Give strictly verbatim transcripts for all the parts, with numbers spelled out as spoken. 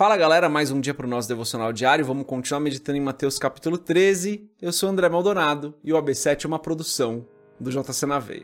Fala galera, mais um dia para o nosso devocional diário, vamos continuar meditando em Mateus capítulo treze. Eu sou André Maldonado e o A B sete é uma produção do J C na Veia.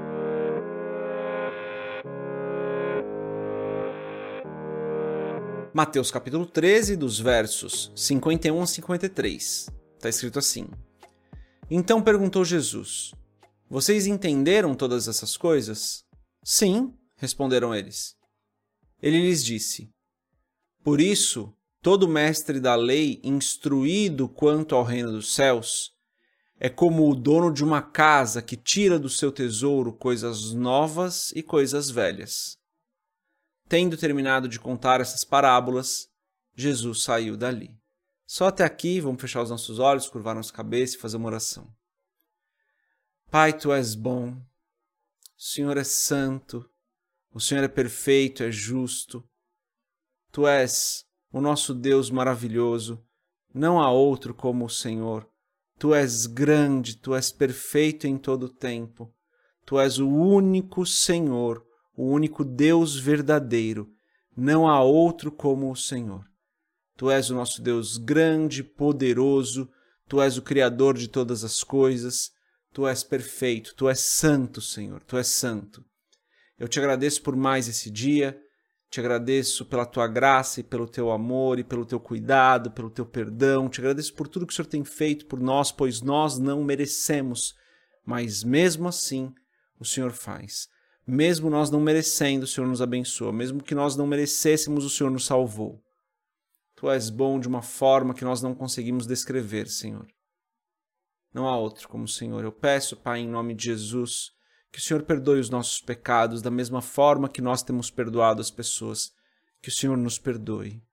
Mateus capítulo treze, dos versos cinquenta e um a cinquenta e três, está escrito assim: Então perguntou Jesus, vocês entenderam todas essas coisas? Sim, responderam eles. Ele lhes disse, por isso, todo mestre da lei, instruído quanto ao reino dos céus, é como o dono de uma casa que tira do seu tesouro coisas novas e coisas velhas. Tendo terminado de contar essas parábolas, Jesus saiu dali. Só até aqui, vamos fechar os nossos olhos, curvar nossa cabeça e fazer uma oração. Pai, Tu és bom, o Senhor é santo, o Senhor é perfeito, é justo. Tu és o nosso Deus maravilhoso, não há outro como o Senhor. Tu és grande, Tu és perfeito em todo o tempo. Tu és o único Senhor, o único Deus verdadeiro. Não há outro como o Senhor. Tu és o nosso Deus grande, poderoso. Tu és o Criador de todas as coisas. Tu és perfeito, Tu és santo, Senhor, Tu és santo. Eu te agradeço por mais esse dia. Te agradeço pela Tua graça e pelo Teu amor e pelo Teu cuidado, pelo Teu perdão. Te agradeço por tudo que o Senhor tem feito por nós, pois nós não merecemos. Mas mesmo assim, o Senhor faz. Mesmo nós não merecendo, o Senhor nos abençoa. Mesmo que nós não merecêssemos, o Senhor nos salvou. Tu és bom de uma forma que nós não conseguimos descrever, Senhor. Não há outro como o Senhor. Eu peço, Pai, em nome de Jesus, que o Senhor perdoe os nossos pecados da mesma forma que nós temos perdoado as pessoas. Que o Senhor nos perdoe.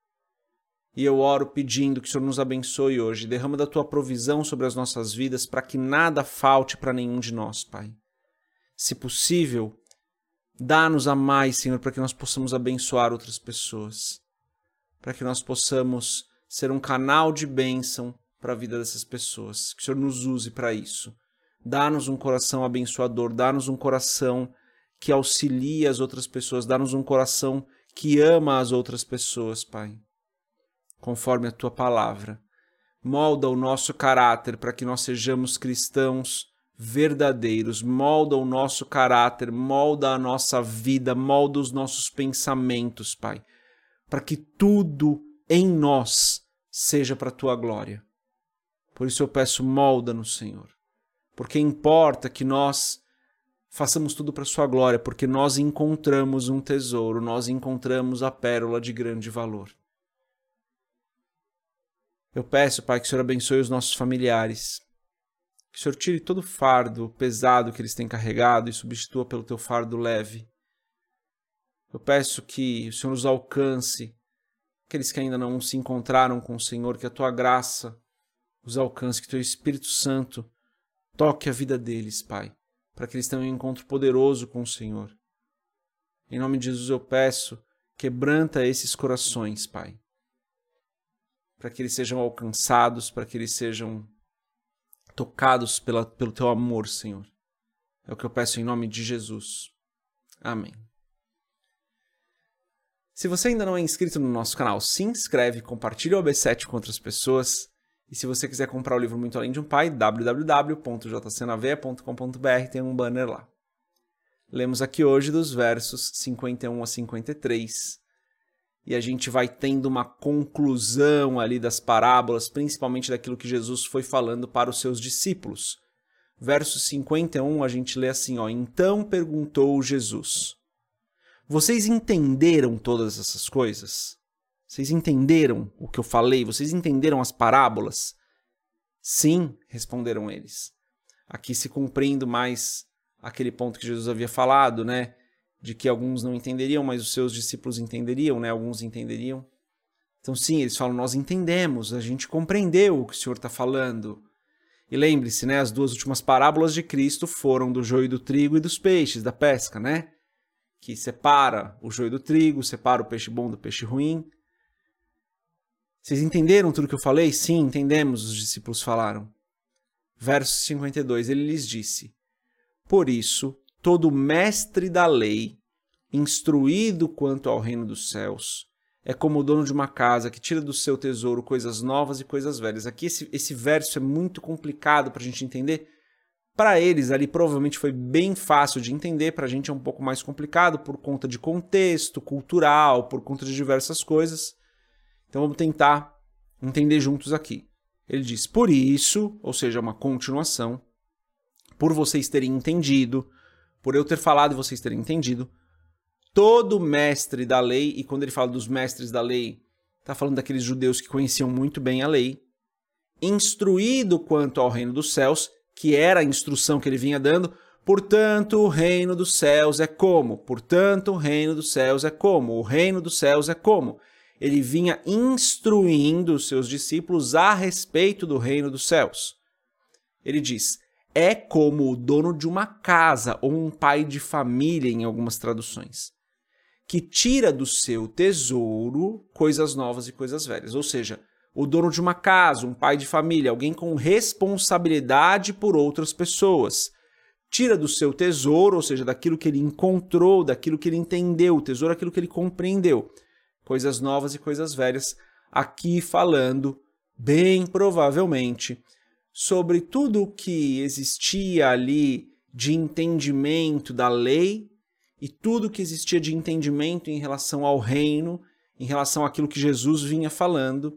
E eu oro pedindo que o Senhor nos abençoe hoje. Derrama da Tua provisão sobre as nossas vidas para que nada falte para nenhum de nós, Pai. Se possível, dá-nos a mais, Senhor, para que nós possamos abençoar outras pessoas. Para que nós possamos ser um canal de bênção para a vida dessas pessoas. Que o Senhor nos use para isso. Dá-nos um coração abençoador, dá-nos um coração que auxilia as outras pessoas, dá-nos um coração que ama as outras pessoas, Pai. Conforme a Tua palavra. Molda o nosso caráter para que nós sejamos cristãos verdadeiros. Molda o nosso caráter, molda a nossa vida, molda os nossos pensamentos, Pai. Para que tudo em nós seja para a Tua glória. Por isso eu peço, molda-nos, Senhor. Porque importa que nós façamos tudo para a Sua glória, porque nós encontramos um tesouro, nós encontramos a pérola de grande valor. Eu peço, Pai, que o Senhor abençoe os nossos familiares, que o Senhor tire todo o fardo pesado que eles têm carregado e substitua pelo Teu fardo leve. Eu peço que o Senhor os alcance, aqueles que ainda não se encontraram com o Senhor, que a Tua graça os alcance, que o Teu Espírito Santo toque a vida deles, Pai, para que eles tenham um encontro poderoso com o Senhor. Em nome de Jesus eu peço, quebranta esses corações, Pai, para que eles sejam alcançados, para que eles sejam tocados pela, pelo Teu amor, Senhor. É o que eu peço em nome de Jesus. Amém. Se você ainda não é inscrito no nosso canal, se inscreve, compartilha o A B sete com outras pessoas. E se você quiser comprar o livro Muito Além de um Pai, w w w ponto j c na veia ponto com ponto b r, tem um banner lá. Lemos aqui hoje dos versos cinquenta e um a cinquenta e três. E a gente vai tendo uma conclusão ali das parábolas, principalmente daquilo que Jesus foi falando para os seus discípulos. Verso cinquenta e um, a gente lê assim, ó, então perguntou Jesus, vocês entenderam todas essas coisas? Vocês entenderam o que eu falei? Vocês entenderam as parábolas? Sim, responderam eles. Aqui se cumprindo mais aquele ponto que Jesus havia falado, né? De que alguns não entenderiam, mas os seus discípulos entenderiam, né? Alguns entenderiam. Então sim, eles falam, nós entendemos, a gente compreendeu o que o Senhor está falando. E lembre-se, né? As duas últimas parábolas de Cristo foram do joio do trigo e dos peixes, da pesca, né? Que separa o joio do trigo, separa o peixe bom do peixe ruim. Vocês entenderam tudo que eu falei? Sim, entendemos, os discípulos falaram. Verso cinquenta e dois, ele lhes disse, por isso, todo mestre da lei, instruído quanto ao reino dos céus, é como o dono de uma casa que tira do seu tesouro coisas novas e coisas velhas. Aqui esse, esse verso é muito complicado para a gente entender. Para eles ali provavelmente foi bem fácil de entender, para a gente é um pouco mais complicado por conta de contexto cultural, por conta de diversas coisas. Então vamos tentar entender juntos aqui. Ele diz, por isso, ou seja, uma continuação, por vocês terem entendido, por eu ter falado e vocês terem entendido, todo mestre da lei, e quando ele fala dos mestres da lei, está falando daqueles judeus que conheciam muito bem a lei, instruído quanto ao reino dos céus, que era a instrução que ele vinha dando, portanto o reino dos céus é como? Portanto o reino dos céus é como? O reino dos céus é como? Ele vinha instruindo os seus discípulos a respeito do reino dos céus. Ele diz, é como o dono de uma casa ou um pai de família, em algumas traduções, que tira do seu tesouro coisas novas e coisas velhas. Ou seja, o dono de uma casa, um pai de família, alguém com responsabilidade por outras pessoas, tira do seu tesouro, ou seja, daquilo que ele encontrou, daquilo que ele entendeu, o tesouro é aquilo que ele compreendeu, coisas novas e coisas velhas, aqui falando, bem provavelmente, sobre tudo o que existia ali de entendimento da lei e tudo que existia de entendimento em relação ao reino, em relação àquilo que Jesus vinha falando.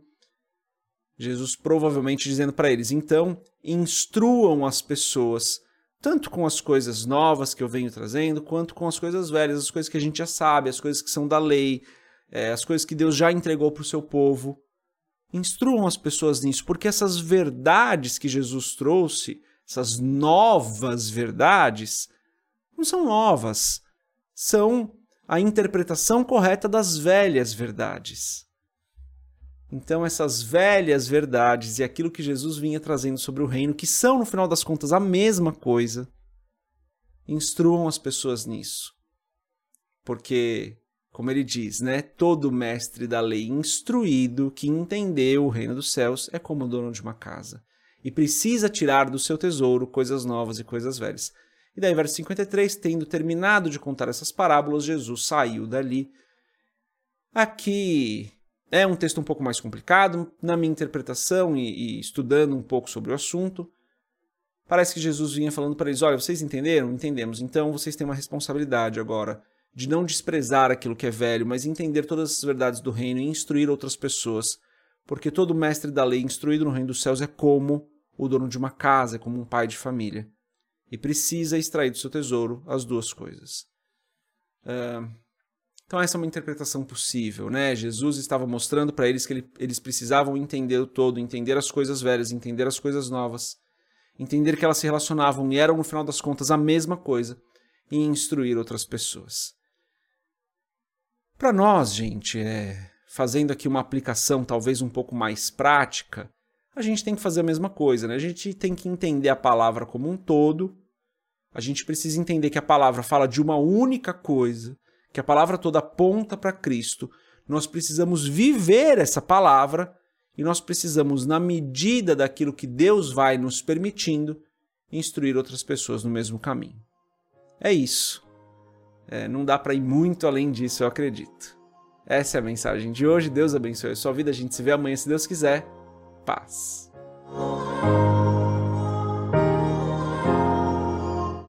Jesus provavelmente dizendo para eles, então, instruam as pessoas, tanto com as coisas novas que eu venho trazendo, quanto com as coisas velhas, as coisas que a gente já sabe, as coisas que são da lei, é, as coisas que Deus já entregou para o seu povo. Instruam as pessoas nisso, porque essas verdades que Jesus trouxe, essas novas verdades, não são novas, são a interpretação correta das velhas verdades. Então essas velhas verdades e aquilo que Jesus vinha trazendo sobre o reino, que são no final das contas a mesma coisa, instruam as pessoas nisso. Porque, como ele diz, né, todo mestre da lei instruído que entendeu o reino dos céus é como o dono de uma casa e precisa tirar do seu tesouro coisas novas e coisas velhas. E daí, verso cinquenta e três, tendo terminado de contar essas parábolas, Jesus saiu dali. Aqui é um texto um pouco mais complicado, na minha interpretação e, e estudando um pouco sobre o assunto. Parece que Jesus vinha falando para eles, olha, vocês entenderam? Entendemos. Então vocês têm uma responsabilidade agora de não desprezar aquilo que é velho, mas entender todas as verdades do reino e instruir outras pessoas. Porque todo mestre da lei instruído no reino dos céus é como o dono de uma casa, é como um pai de família. E precisa extrair do seu tesouro as duas coisas. Uh, então essa é uma interpretação possível, né? Jesus estava mostrando para eles que ele, eles precisavam entender o todo, entender as coisas velhas, entender as coisas novas, entender que elas se relacionavam e eram, no final das contas, a mesma coisa, e instruir outras pessoas. Para nós, gente, é, fazendo aqui uma aplicação talvez um pouco mais prática, a gente tem que fazer a mesma coisa, né? A gente tem que entender a palavra como um todo, a gente precisa entender que a palavra fala de uma única coisa, que a palavra toda aponta para Cristo. Nós precisamos viver essa palavra e nós precisamos, na medida daquilo que Deus vai nos permitindo, instruir outras pessoas no mesmo caminho. É isso. É, não dá para ir muito além disso, eu acredito. Essa é a mensagem de hoje. Deus abençoe a sua vida. A gente se vê amanhã, se Deus quiser. Paz.